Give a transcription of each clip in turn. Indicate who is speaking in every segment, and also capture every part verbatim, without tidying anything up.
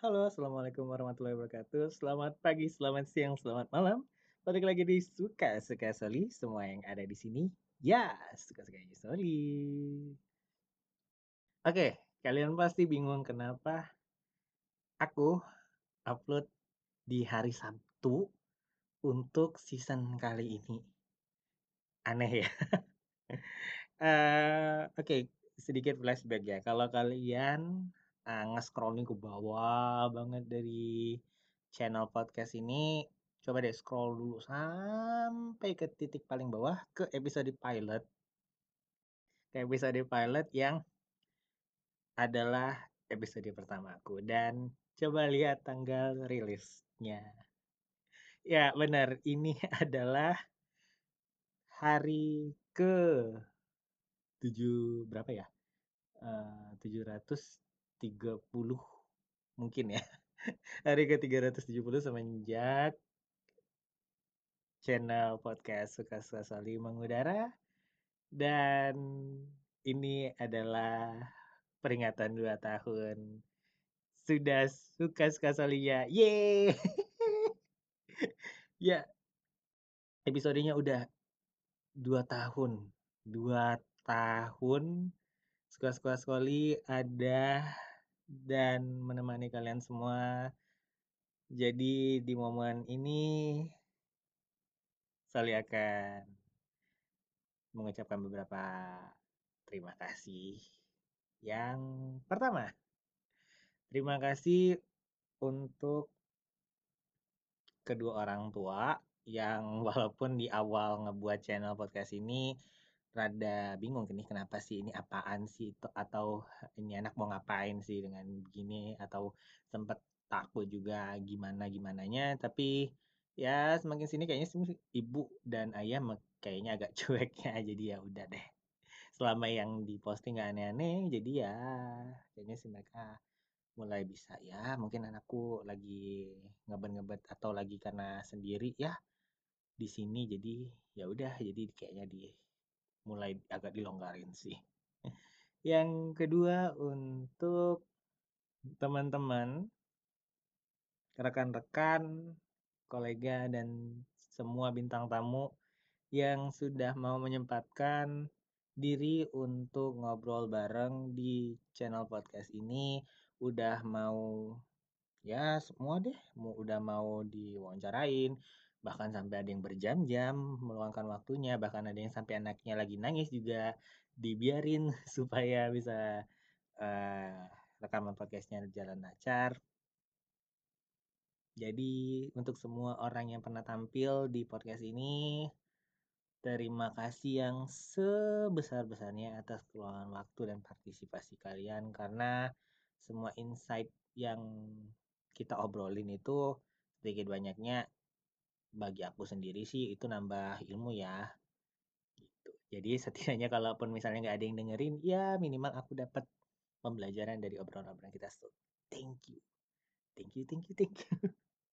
Speaker 1: Halo, assalamualaikum warahmatullahi wabarakatuh. Selamat pagi, selamat siang, selamat malam. Balik lagi di Suka-Suka Soli. Semua yang ada di sini, ya suka-suka Soli. Oke, kalian pasti bingung kenapa aku upload di hari Sabtu untuk season kali ini. Aneh ya. Eh, Oke, sedikit flashback ya. Kalau kalian uh, nge-scrolling ke bawah banget dari channel podcast ini, coba deh scroll dulu sampai ke titik paling bawah ke episode pilot. Ke episode pilot yang adalah episode pertama aku dan coba lihat tanggal rilisnya. Ya, benar. Ini adalah hari ke tujuh berapa ya? Eh, tujuh ratus tiga puluh mungkin ya. Hari ke tiga ratus tujuh puluh semenjak channel podcast Suka-Suka Soli mengudara. Dan ini adalah peringatan dua tahun. Sudah Suka-Suka Soli ya. Yeay! Ya, episodenya udah dua tahun. Dua tahun Suka-Suka Soli ada dan menemani kalian semua. Jadi di momen ini Soli akan mengucapkan beberapa terima kasih. Yang pertama, terima kasih untuk kedua orang tua yang walaupun di awal ngebuat channel podcast ini rada bingung nih kenapa sih ini apaan sih itu atau ini anak mau ngapain sih dengan begini atau sempet takut juga gimana gimananya tapi ya semakin sini kayaknya sih ibu dan ayah kayaknya agak cuek ya jadi ya udah deh selama yang diposting gak aneh-aneh jadi ya kayaknya sih mereka mulai bisa ya mungkin anakku lagi ngebet-ngebet atau lagi karena sendiri ya di sini jadi ya udah jadi kayaknya di mulai agak dilonggarin sih. Yang kedua untuk teman-teman, rekan-rekan, kolega dan semua bintang tamu yang sudah mau menyempatkan diri untuk ngobrol bareng di channel podcast ini, udah mau ya semua deh, mau udah mau diwawancarain, bahkan sampai ada yang berjam-jam meluangkan waktunya, bahkan ada yang sampai anaknya lagi nangis juga dibiarin supaya bisa eh, rekaman podcastnya jalan lancar. Jadi untuk semua orang yang pernah tampil di podcast ini, terima kasih yang sebesar-besarnya atas keluangan waktu dan partisipasi kalian karena semua insight yang kita obrolin itu sedikit banyaknya bagi aku sendiri sih itu nambah ilmu ya gitu. Jadi setidaknya kalaupun misalnya nggak ada yang dengerin, ya minimal aku dapat pembelajaran dari obrolan-obrolan kita. So, thank you, thank you, thank you, thank you.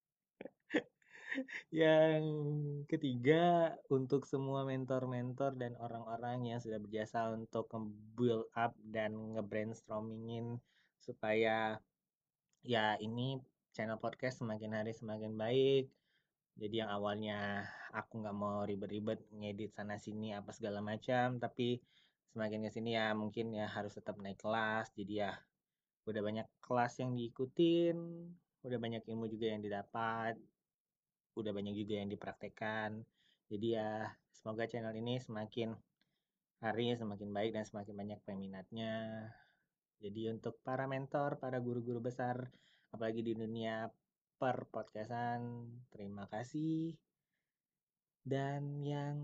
Speaker 1: Yang ketiga, untuk semua mentor-mentor dan orang-orang yang sudah berjasa untuk nge-build up dan nge-brainstormingin supaya ya ini channel podcast semakin hari semakin baik. Jadi yang awalnya aku nggak mau ribet-ribet ngedit sana sini apa segala macam, tapi semakin ke sini ya mungkin ya harus tetap naik kelas. Jadi ya udah banyak kelas yang diikutin, udah banyak ilmu juga yang didapat, udah banyak juga yang dipraktekkan. Jadi ya semoga channel ini semakin hari semakin baik dan semakin banyak peminatnya. Jadi untuk para mentor, para guru-guru besar, apalagi di dunia per podcastan, terima kasih. Dan yang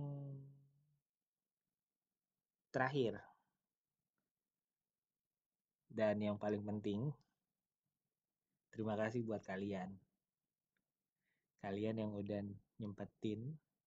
Speaker 1: terakhir dan yang paling penting, terima kasih buat kalian. Kalian yang udah nyempetin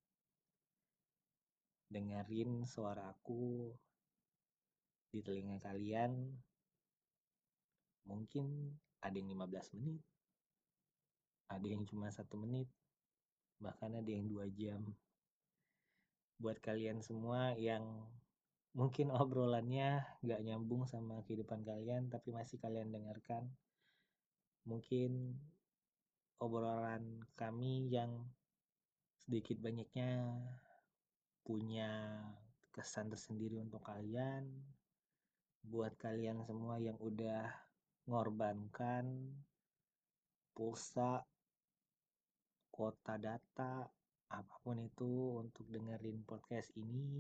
Speaker 1: dengerin suara aku di telinga kalian. Mungkin ada yang lima belas menit, ada yang cuma satu menit, bahkan ada yang dua jam. Buat kalian semua yang mungkin obrolannya gak nyambung sama kehidupan kalian, tapi masih kalian dengarkan. mungkin obrolan kami yang sedikit banyaknya punya kesan tersendiri untuk kalian. Buat kalian semua yang udah ngorbankan pulsa, kuota data, apapun itu untuk dengerin podcast ini,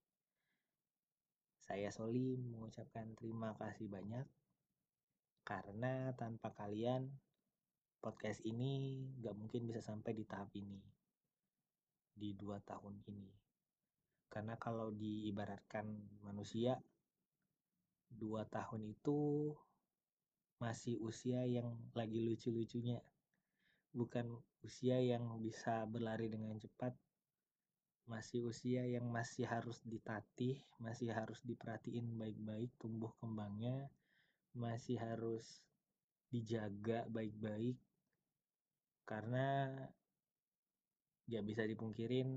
Speaker 1: saya Soli mengucapkan terima kasih banyak. Karena tanpa kalian, podcast ini gak mungkin bisa sampai di tahap ini. Di dua tahun ini. Karena kalau diibaratkan manusia, dua tahun itu masih usia yang lagi lucu-lucunya. Bukan usia yang bisa berlari dengan cepat. Masih usia yang masih harus ditatih, masih harus diperhatiin baik-baik tumbuh kembangnya, masih harus dijaga baik-baik. Karena gak bisa dipungkirin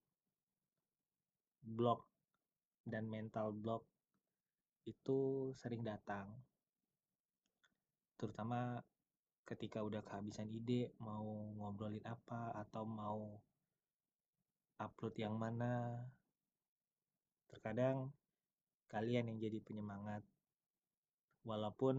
Speaker 1: block dan mental block itu sering datang. Terutama ketika udah kehabisan ide, mau ngobrolin apa atau mau upload yang mana. Terkadang kalian yang jadi penyemangat. Walaupun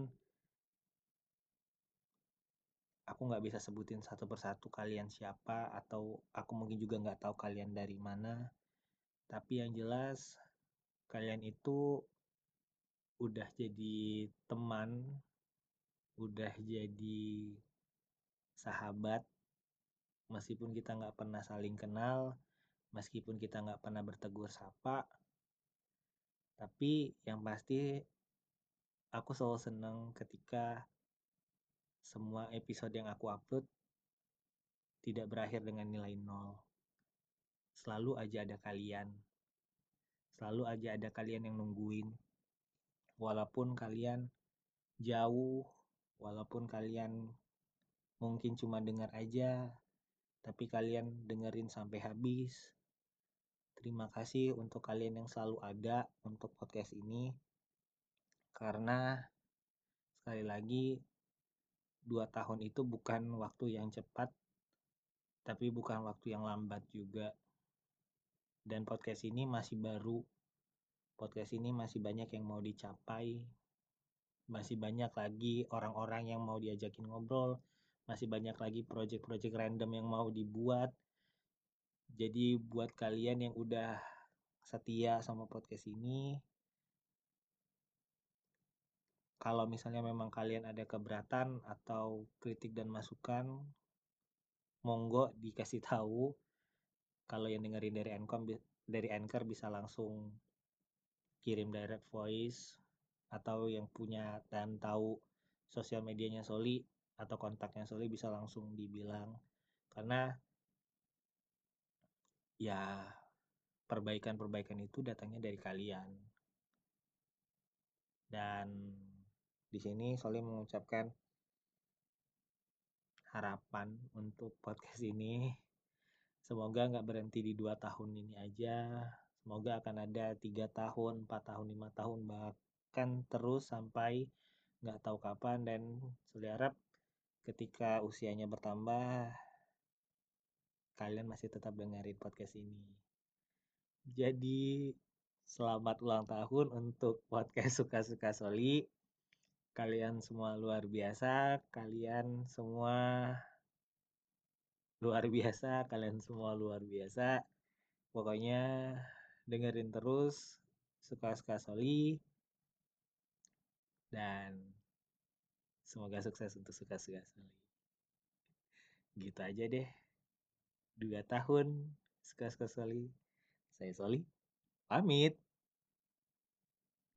Speaker 1: aku nggak bisa sebutin satu persatu kalian siapa, atau aku mungkin juga nggak tahu kalian dari mana. Tapi yang jelas kalian itu udah jadi teman, udah jadi sahabat, meskipun kita nggak pernah saling kenal, meskipun kita nggak pernah bertegur sapa, tapi yang pasti aku selalu senang ketika semua episode yang aku upload tidak berakhir dengan nilai nol. Selalu aja ada kalian. Selalu aja ada kalian yang nungguin. Walaupun kalian jauh, walaupun kalian mungkin cuma dengar aja, tapi kalian dengerin sampai habis. Terima kasih untuk kalian yang selalu ada untuk podcast ini. Karena sekali lagi, dua tahun itu bukan waktu yang cepat, tapi bukan waktu yang lambat juga. Dan podcast ini masih baru. Podcast ini masih banyak yang mau dicapai. Masih banyak lagi orang-orang yang mau diajakin ngobrol. Masih banyak lagi project-project random yang mau dibuat. Jadi buat kalian yang udah setia sama podcast ini, kalau misalnya memang kalian ada keberatan atau kritik dan masukan, monggo dikasih tahu. Kalau yang dengerin dari Anchor, dari Anchor bisa langsung kirim direct voice, atau yang punya dan tahu sosial medianya Soli atau kontaknya Soli bisa langsung dibilang. Karena ya perbaikan-perbaikan itu datangnya dari kalian. Dan di sini Soli mengucapkan harapan untuk podcast ini. Semoga nggak berhenti di dua tahun ini aja. Semoga akan ada tiga tahun, empat tahun, lima tahun, bahkan terus sampai nggak tahu kapan. Dan Soli harap ketika usianya bertambah, kalian masih tetap dengerin podcast ini. Jadi selamat ulang tahun untuk podcast Suka-Suka Soli. Kalian semua luar biasa, kalian semua luar biasa, kalian semua luar biasa. Pokoknya dengerin terus Suka-Suka Soli, dan semoga sukses untuk Suka-Suka Soli. Gitu aja deh. Dua tahun Suka-Suka Soli. Saya Soli, pamit.